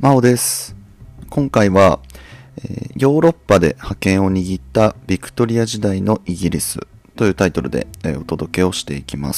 真央です。今回は、ヨーロッパで覇権を握ったビクトリア時代のイギリスというタイトルで、お届けをしていきます。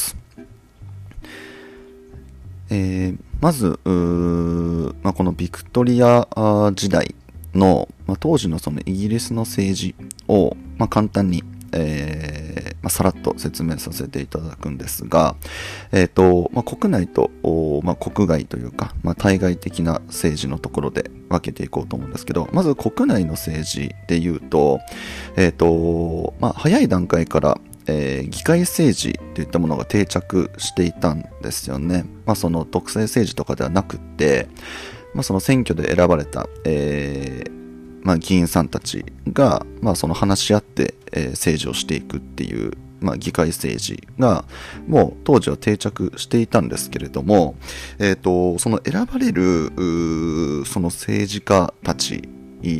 まず、このビクトリア時代の、当時のそのイギリスの政治を、簡単にさらっと説明させていただくんですが、国内と、国外というか、対外的な政治のところで分けていこうと思うんですけど、まず国内の政治で言うと、早い段階から、議会政治といったものが定着していたんですよね。その独裁政治とかではなくって、その選挙で選ばれた、議員さんたちが、その話し合って、政治をしていくっていう、議会政治がもう当時は定着していたんですけれども、その選ばれるその政治家たち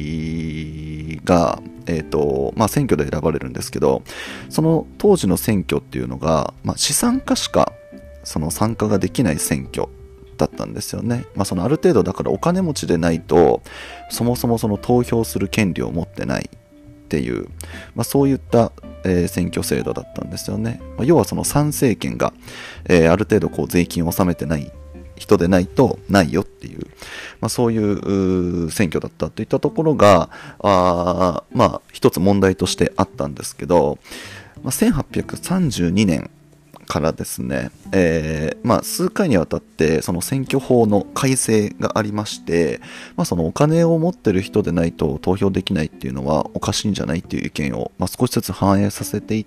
が、選挙で選ばれるんですけど、その当時の選挙っていうのが、資産家しかその参加ができない選挙だったんですよね。そのある程度だからお金持ちでないとそもそもその投票する権利を持ってないっていう、そういった、選挙制度だったんですよね。要はその参政権が、ある程度こう税金を納めてない人でないとないよっていう、そういう選挙だったといったところが一つ問題としてあったんですけど、1832年からですね、数回にわたってその選挙法の改正がありまして、そのお金を持ってる人でないと投票できないっていうのはおかしいんじゃないっていう意見を、少しずつ反映させていって、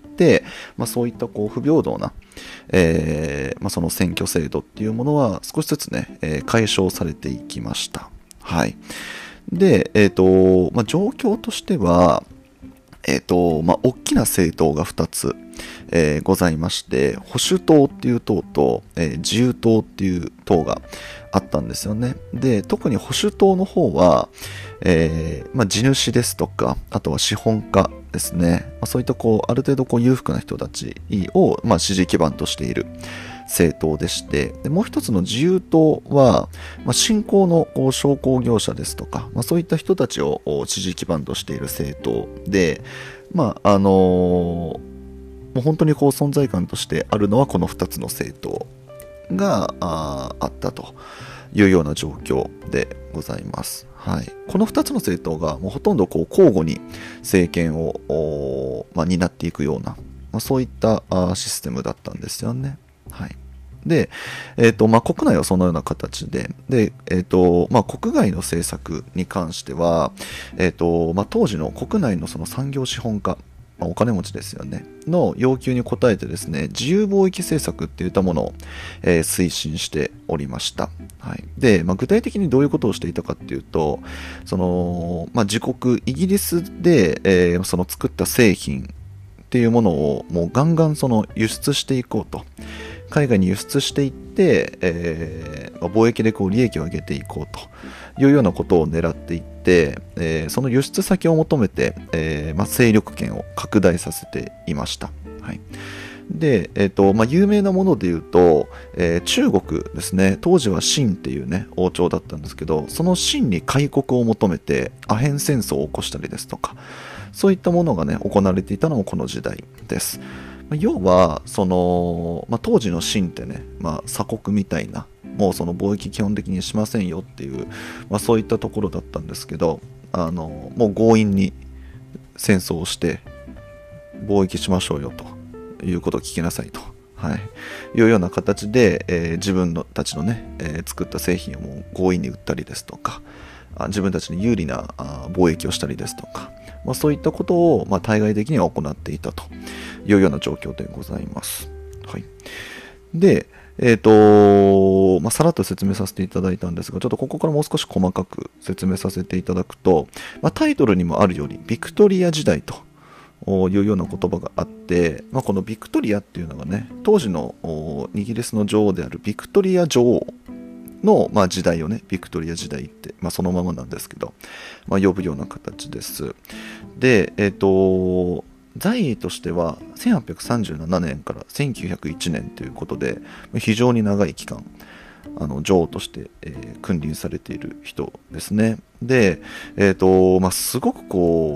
そういったこう不平等な、その選挙制度っていうものは少しずつね、解消されていきました。はい。で、状況としては、大きな政党が2つ、ございまして、保守党っていう党と、自由党っていう党があったんですよね。で、特に保守党の方は、地主ですとか、あとは資本家ですね。そういったこう、ある程度こう裕福な人たちを、支持基盤としている政党でして、でもう一つの自由党は、新興のこう商工業者ですとか、そういった人たちを支持基盤としている政党で、もう本当にこう存在感としてあるのはこの2つの政党があったというような状況でございます。はい、この2つの政党がもうほとんどこう交互に政権を担っていくような、そういったシステムだったんですよね。はい。で、国内はそのような形で、国外の政策に関しては、当時の国内のその産業資本家、お金持ちですよね、の要求に応えてですね、自由貿易政策っていったものを、推進しておりました。はい。で、具体的にどういうことをしていたかっていうと、その、自国、イギリスで、その作った製品っていうものをもうガンガンその輸出していこうと。海外に輸出していって、貿易でこう利益を上げていこうというようなことを狙っていって、その輸出先を求めて、勢力圏を拡大させていました。はい。で、有名なもので言うと、中国ですね、当時は清っていうね、王朝だったんですけど、その清に開国を求めてアヘン戦争を起こしたりですとか、そういったものがね、行われていたのもこの時代です。要はその、当時の清ってね、鎖国みたいな、もうその貿易基本的にしませんよっていう、そういったところだったんですけど、もう強引に戦争をして貿易しましょうよということを聞きなさいと、はい、いうような形で、自分たちのね、作った製品をもう強引に売ったりですとか、自分たちに有利な貿易をしたりですとか、そういったことを、対外的には行っていたというような状況でございます。はい。で、さらっと説明させていただいたんですが、ちょっとここからもう少し細かく説明させていただくと、タイトルにもあるように、ビクトリア時代というような言葉があって、このビクトリアっていうのがね、当時のイギリスの女王であるビクトリア女王の、時代をね、ビクトリア時代って、そのままなんですけど、呼ぶような形です。で、在位としては1837年から1901年ということで非常に長い期間女王として、君臨されている人ですね。で、すごく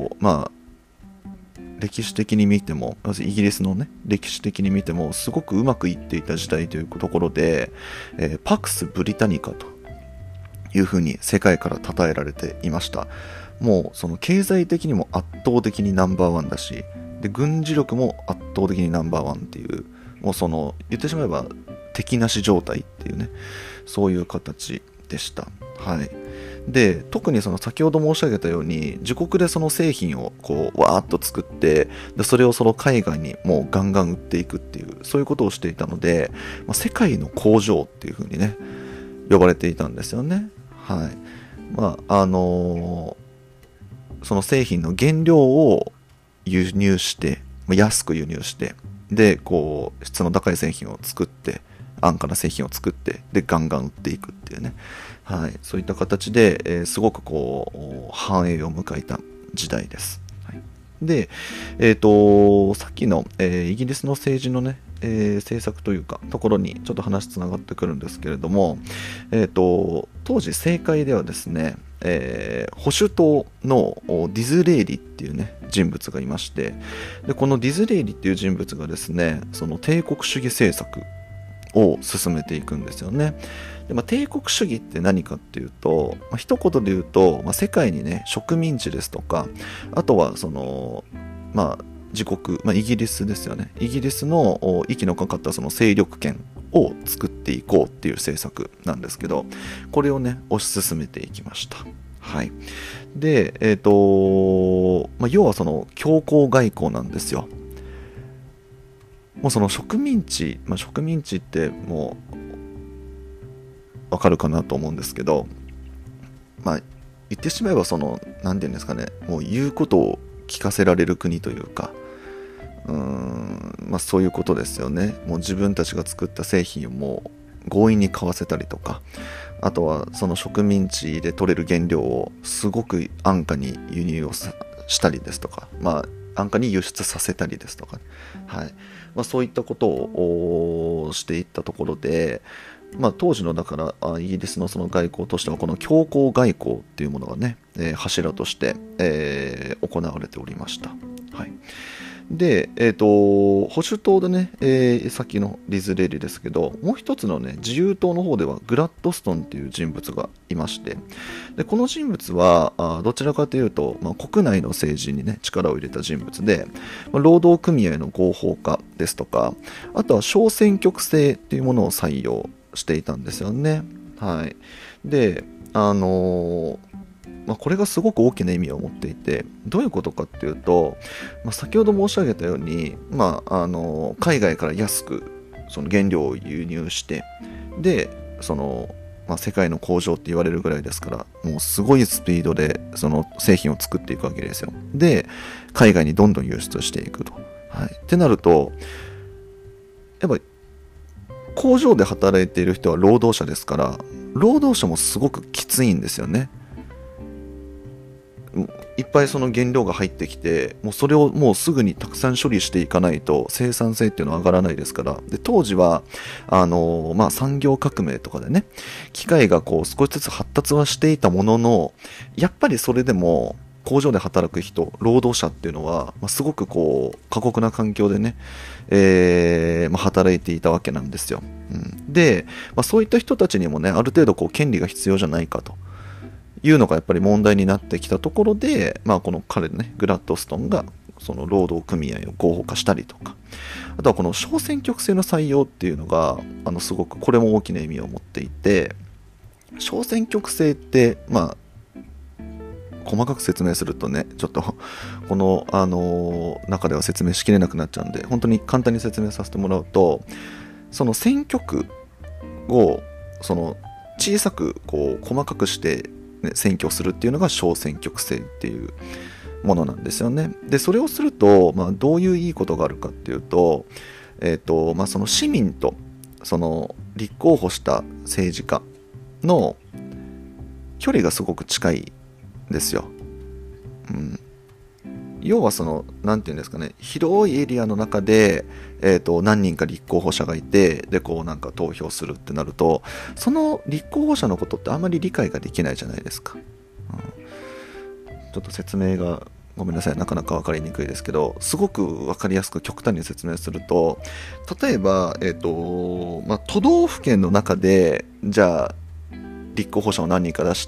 歴史的に見ても、まずイギリスのね、歴史的に見ても、すごくうまくいっていた時代というところで、パクス・ブリタニカというふうに世界から称えられていました。もうその経済的にも圧倒的にナンバーワンだし、で軍事力も圧倒的にナンバーワンっていう、もう言ってしまえば敵なし状態っていうね、そういう形でした。はい。で、特に先ほど申し上げたように、自国でその製品をわーっと作って、でそれを海外にもうガンガン売っていくっていう、そういうことをしていたので、世界の工場っていう風にね、呼ばれていたんですよね。はい。その製品の原料を輸入して、安く輸入して、で、質の高い製品を作って、安価な製品を作って、で、ガンガン売っていくっていうね。はい。そういった形で、すごく繁栄を迎えた時代です。はい、で、さっきの、イギリスの政治のね、政策というか、ところにちょっと話つながってくるんですけれども、当時政界ではですね、保守党のディズレイリっていうね人物がいまして、でこのディズレイリっていう人物がですね、その帝国主義政策を進めていくんですよね。で、帝国主義って何かっていうと、一言で言うと、世界にね植民地ですとか、あとは自国、イギリスですよね。イギリスの息のかかったその勢力圏を作っていこうっていう政策なんですけど、これをね推し進めていきました。はい。で、要はその強硬外交なんですよ。もうその植民地、植民地ってもうわかるかなと思うんですけど、言ってしまえばなんていうんですかね、もう言うことを聞かせられる国というか、そういうことですよね。もう自分たちが作った製品をもう強引に買わせたりとか、あとはその植民地で取れる原料をすごく安価に輸入をしたりですとか、安価に輸出させたりですとか、はい。そういったことをしていったところで、当時のだからイギリスのその外交としてはこの強硬外交っていうものがね、柱として、行われておりました。はい。で、保守党でね、さっきのディズレイリですけど、もう一つのね、自由党の方ではグラッドストンっていう人物がいまして、でこの人物はどちらかというと、国内の政治にね、力を入れた人物で、労働組合の合法化ですとか、あとは小選挙区制っていうものを採用していたんですよね。はい。で、これがすごく大きな意味を持っていて、どういうことかっていうと、先ほど申し上げたように、海外から安くその原料を輸入して、で世界の工場って言われるぐらいですから、もうすごいスピードでその製品を作っていくわけですよ。で、海外にどんどん輸出していくと。はい。ってなると、やっぱり工場で働いている人は労働者ですから、労働者もすごくきついんですよね。いっぱいその原料が入ってきて、もうそれをもうすぐにたくさん処理していかないと生産性っていうのは上がらないですから。で、当時は産業革命とかでね、機械が少しずつ発達はしていたものの、やっぱりそれでも工場で働く人、労働者っていうのは、すごく過酷な環境でね、働いていたわけなんですよ。で、そういった人たちにもね、ある程度権利が必要じゃないかというのがやっぱり問題になってきたところで、この彼ね、グラッドストンがその労働組合を合法化したりとか、あとはこの小選挙区制の採用っていうのがすごくこれも大きな意味を持っていて、小選挙区制って細かく説明するとね、ちょっとこの中では説明しきれなくなっちゃうんで、本当に簡単に説明させてもらうと、その選挙区を小さく細かくして選挙するっていうのが小選挙区制っていうものなんですよね。で、それをすると、どういういいことがあるかっていうと、その市民とその立候補した政治家の距離がすごく近いんですよ。 要はなんていうんですかね、広いエリアの中で、何人か立候補者がいて、で、こうなんか投票するってなると、その立候補者のことってあんまり理解ができないじゃないですか。ちょっと説明がごめんなさい、なかなか分かりにくいですけど、すごく分かりやすく極端に説明すると、例えば、都道府県の中でじゃあ立候補者を何人か出して、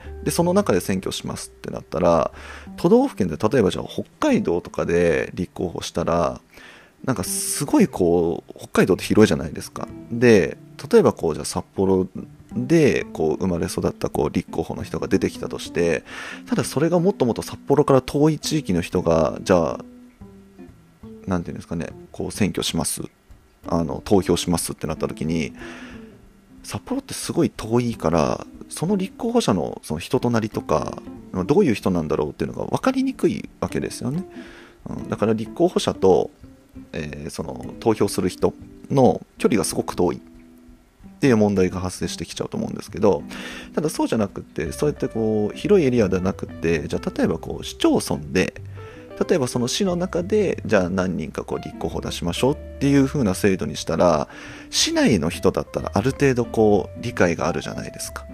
でその中で選挙しますってなったら、都道府県で例えばじゃあ北海道とかで立候補したら、なんかすごいこう北海道って広いじゃないですか。で例えばこうじゃあ札幌でこう生まれ育ったこう立候補の人が出てきたとして、ただそれがもっともっと札幌から遠い地域の人がじゃあなんていうんですかね、こう選挙します、投票しますってなった時に、札幌ってすごい遠いから、その立候補者のその人となりとかどういう人なんだろうっていうのが分かりにくいわけですよね。だから立候補者と、その投票する人の距離がすごく遠いっていう問題が発生してきちゃうと思うんですけど、ただそうじゃなくて、そうやってこう広いエリアではなくて、じゃあ例えばこう市町村で、例えばその市の中でじゃあ何人かこう立候補出しましょうっていう風な制度にしたら、市内の人だったらある程度こう理解があるじゃないですか。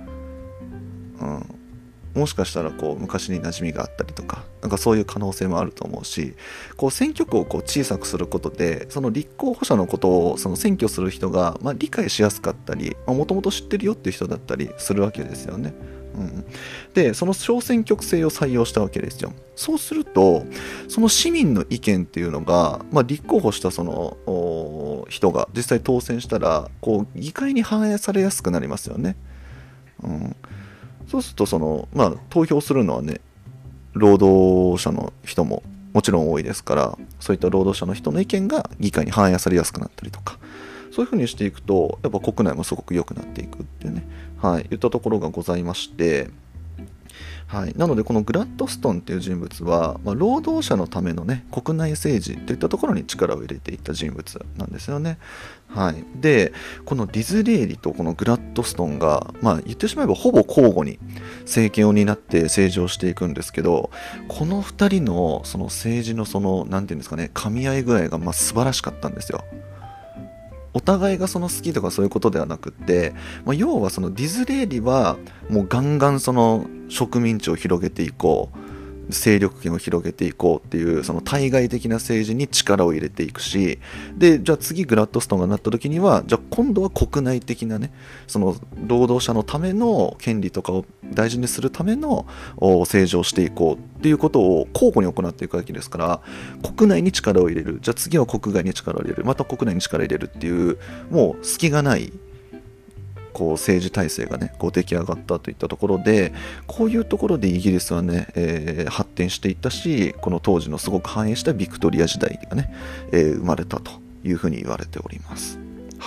もしかしたらこう昔に馴染みがあったりとか、なんかそういう可能性もあると思うし、こう選挙区をこう小さくすることで、その立候補者のことをその選挙する人が理解しやすかったり、もともと知ってるよっていう人だったりするわけですよね。でその小選挙区制を採用したわけですよ。そうするとその市民の意見っていうのが、立候補したその人が実際当選したらこう議会に反映されやすくなりますよね。そうすると投票するのはね、労働者の人ももちろん多いですから、そういった労働者の人の意見が議会に反映されやすくなったりとか、そういう風にしていくとやっぱ国内もすごく良くなっていくっていうね、いったところがございまして、なのでこのグラッドストンという人物は、労働者のためのね国内政治といったところに力を入れていった人物なんですよね。でこのディズレーリとこのグラッドストンが、言ってしまえばほぼ交互に政権を担って政治をしていくんですけど、この2人のその政治のなんていうんですかね、噛み合い具合が素晴らしかったんですよ。お互いが好きとかそういうことではなくって、要はそのディズレーリはもうガンガンその植民地を広げていこう、勢力圏を広げていこうっていうその対外的な政治に力を入れていくし、でじゃあ次グラッドストンがなった時には、じゃあ今度は国内的なね、その労働者のための権利とかを大事にするための政治をしていこうっていうことを交互に行っていくわけですから、国内に力を入れる、じゃあ次は国外に力を入れる、また国内に力を入れるっていう、もう隙がないこう政治体制がねこう出来上がったといったところで、こういうところでイギリスはね、発展していったし、この当時のすごく繁栄したビクトリア時代がね、生まれたというふうに言われております。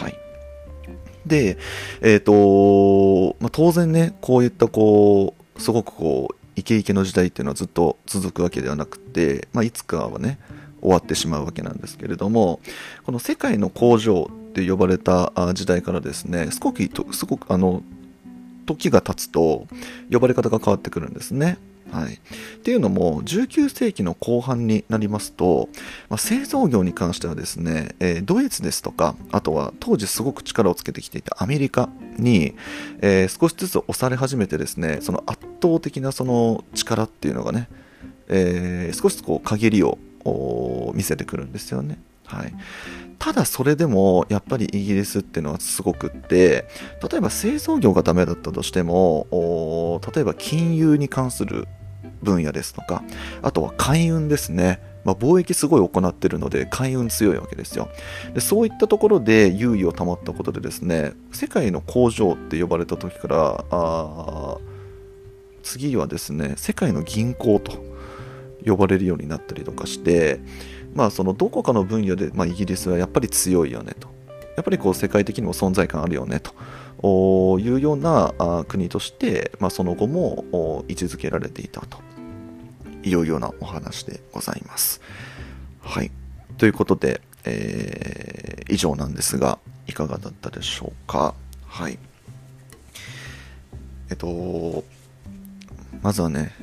で、当然ね、こういったこうすごくこうイケイケの時代っていうのはずっと続くわけではなくて、いつかはね終わってしまうわけなんですけれども、この世界の工場って呼ばれた時代からですね、すごく時が経つと呼ばれ方が変わってくるんですね。っていうのも19世紀の後半になりますと、製造業に関してはですね、ドイツですとか、あとは当時すごく力をつけてきていたアメリカに、少しずつ押され始めてですね、その圧倒的なその力っていうのがね、少しこう陰りを見せてくるんですよね。ただそれでもやっぱりイギリスっていうのはすごくって、例えば製造業がダメだったとしても、例えば金融に関する分野ですとか、あとは海運ですね、貿易すごい行っているので海運強いわけですよ。でそういったところで優位を保ったことでですね、世界の工場って呼ばれた時から次はですね、世界の銀行と呼ばれるようになったりとかして、そのどこかの分野で、イギリスはやっぱり強いよねと、やっぱりこう世界的にも存在感あるよねというような国として、その後も位置づけられていたというようなお話でございます。ということで、以上なんですがいかがだったでしょうか。まずはね、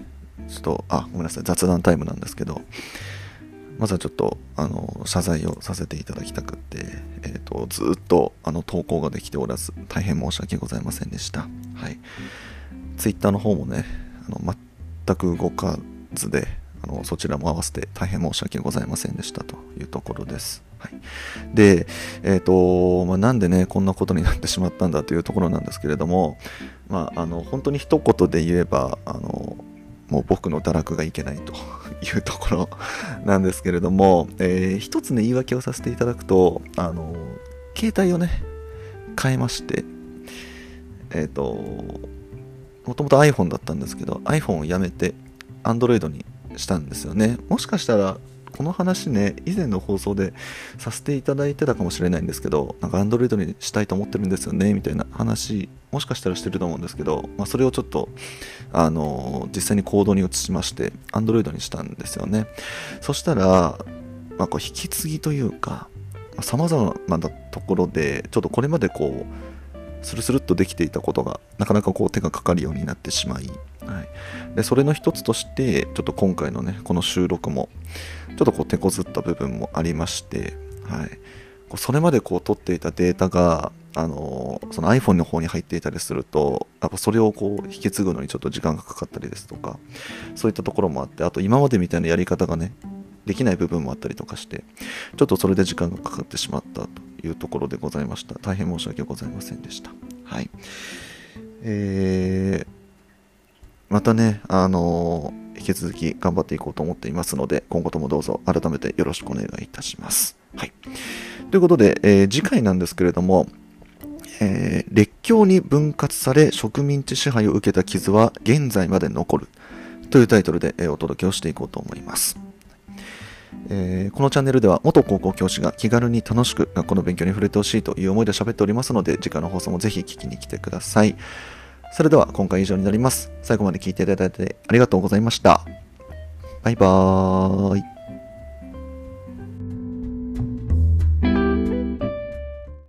ちょっと、ごめんなさい、雑談タイムなんですけど、まずはちょっと、謝罪をさせていただきたくって、ずっと、投稿ができておらず、大変申し訳ございませんでした。はい。ツイッターの方もね、全く動かずで、そちらも合わせて大変申し訳ございませんでしたというところです。はい。で、なんでね、こんなことになってしまったんだというところなんですけれども、本当に一言で言えば、もう僕の堕落がいけないというところなんですけれども、一つね、言い訳をさせていただくと、携帯をね、変えまして、もともと iPhone だったんですけど、iPhone をやめて Android にしたんですよね。もしかしたら、この話ね、以前の放送でさせていただいてたかもしれないんですけど、なんか Android にしたいと思ってるんですよね、みたいな話、もしかしたらしてると思うんですけど、それをちょっと、実際に行動に移しまして、Android にしたんですよね。そしたら、こう引き継ぎというか、様々なところで、ちょっとこれまでこう、スルスルっとできていたことが、なかなかこう手がかかるようになってしまい、はい、でそれの一つとして、ちょっと今回のね、この収録も、ちょっとこう手こずった部分もありまして、はい、それまでこう取っていたデータが、その iPhone の方に入っていたりすると、やっぱそれをこう引き継ぐのにちょっと時間がかかったりですとか、そういったところもあって、あと今までみたいなやり方がね、できない部分もあったりとかして、ちょっとそれで時間がかかってしまったというところでございました。大変申し訳ございませんでした。はい。またね、引き続き頑張っていこうと思っていますので、今後ともどうぞ改めてよろしくお願いいたします。はい。ということで、次回なんですけれども、列強に分割され植民地支配を受けた傷は現在まで残るというタイトルで、お届けをしていこうと思います。このチャンネルでは元高校教師が気軽に楽しく学校の勉強に触れてほしいという思いで喋っておりますので、次回の放送もぜひ聞きに来てください。それでは今回以上になります。最後まで聞いていただいてありがとうございました。バイバーイ。